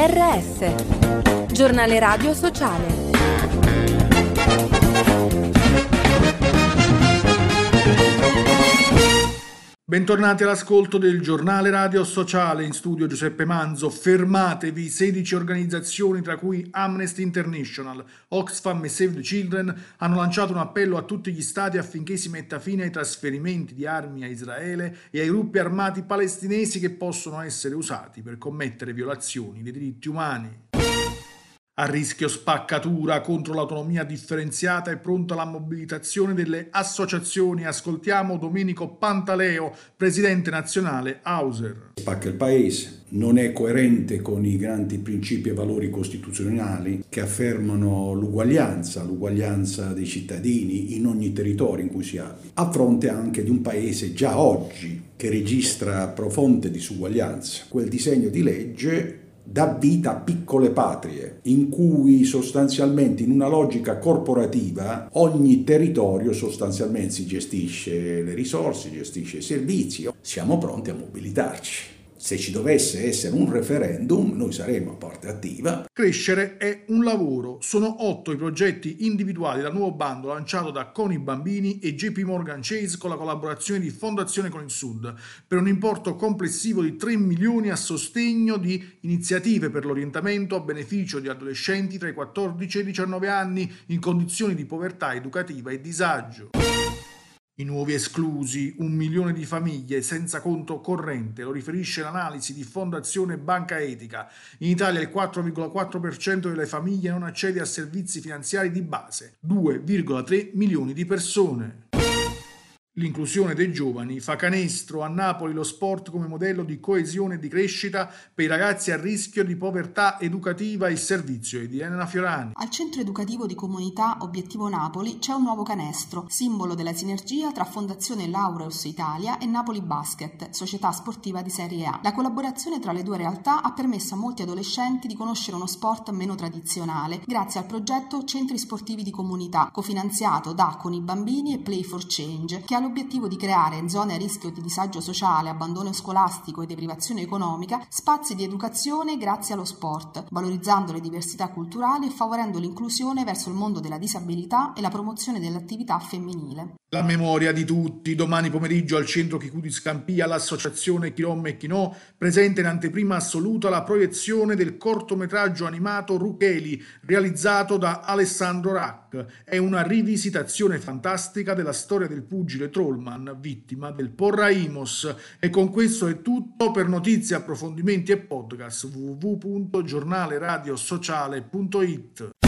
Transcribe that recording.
GRS, Giornale Radio Sociale. Bentornati all'ascolto del Giornale Radio Sociale, in studio Giuseppe Manzo. Fermatevi, 16 organizzazioni tra cui Amnesty International, Oxfam e Save the Children hanno lanciato un appello a tutti gli stati affinché si metta fine ai trasferimenti di armi a Israele e ai gruppi armati palestinesi che possono essere usati per commettere violazioni dei diritti umani. A rischio spaccatura contro l'autonomia differenziata e pronta la mobilitazione delle associazioni. Ascoltiamo Domenico Pantaleo, presidente nazionale Auser. Spacca il paese, non è coerente con i grandi principi e valori costituzionali che affermano l'uguaglianza dei cittadini in ogni territorio in cui si abita, a fronte anche di un paese già oggi che registra profonde disuguaglianze. Quel disegno di legge dà vita a piccole patrie, in cui sostanzialmente in una logica corporativa ogni territorio sostanzialmente si gestisce le risorse, gestisce i servizi. Siamo pronti a mobilitarci. Se ci dovesse essere un referendum, noi saremo a parte attiva. Crescere è un lavoro. Sono 8 i progetti individuati dal nuovo bando lanciato da Coni Bambini e JP Morgan Chase con la collaborazione di Fondazione Con il Sud, per un importo complessivo di 3 milioni a sostegno di iniziative per l'orientamento a beneficio di adolescenti tra i 14 e i 19 anni in condizioni di povertà educativa e disagio. I nuovi esclusi, 1 milione di famiglie senza conto corrente, lo riferisce l'analisi di Fondazione Banca Etica. In Italia il 4,4% delle famiglie non accede a servizi finanziari di base, 2,3 milioni di persone. L'inclusione dei giovani fa canestro. A Napoli lo sport come modello di coesione e di crescita per i ragazzi a rischio di povertà educativa. Il servizio è di Elena Fiorani. Al centro educativo di comunità Obiettivo Napoli c'è un nuovo canestro, simbolo della sinergia tra Fondazione Laureus Italia e Napoli Basket, società sportiva di Serie A. La collaborazione tra le due realtà ha permesso a molti adolescenti di conoscere uno sport meno tradizionale, grazie al progetto Centri Sportivi di Comunità, cofinanziato da Con i Bambini e Play for Change, che ha l'obiettivo di creare in zone a rischio di disagio sociale, abbandono scolastico e deprivazione economica spazi di educazione grazie allo sport, valorizzando le diversità culturali e favorendo l'inclusione verso il mondo della disabilità e la promozione dell'attività femminile. La memoria di tutti. Domani pomeriggio al centro Chicù di Scampia l'associazione Chi Rom e Chi No presenta in anteprima assoluta la proiezione del cortometraggio animato Rucheli, realizzato da Alessandro Rack. È una rivisitazione fantastica della storia del pugile Trollman, vittima del Porraimos. E con questo è tutto. Per notizie, approfondimenti e podcast www.giornaleradiosociale.it.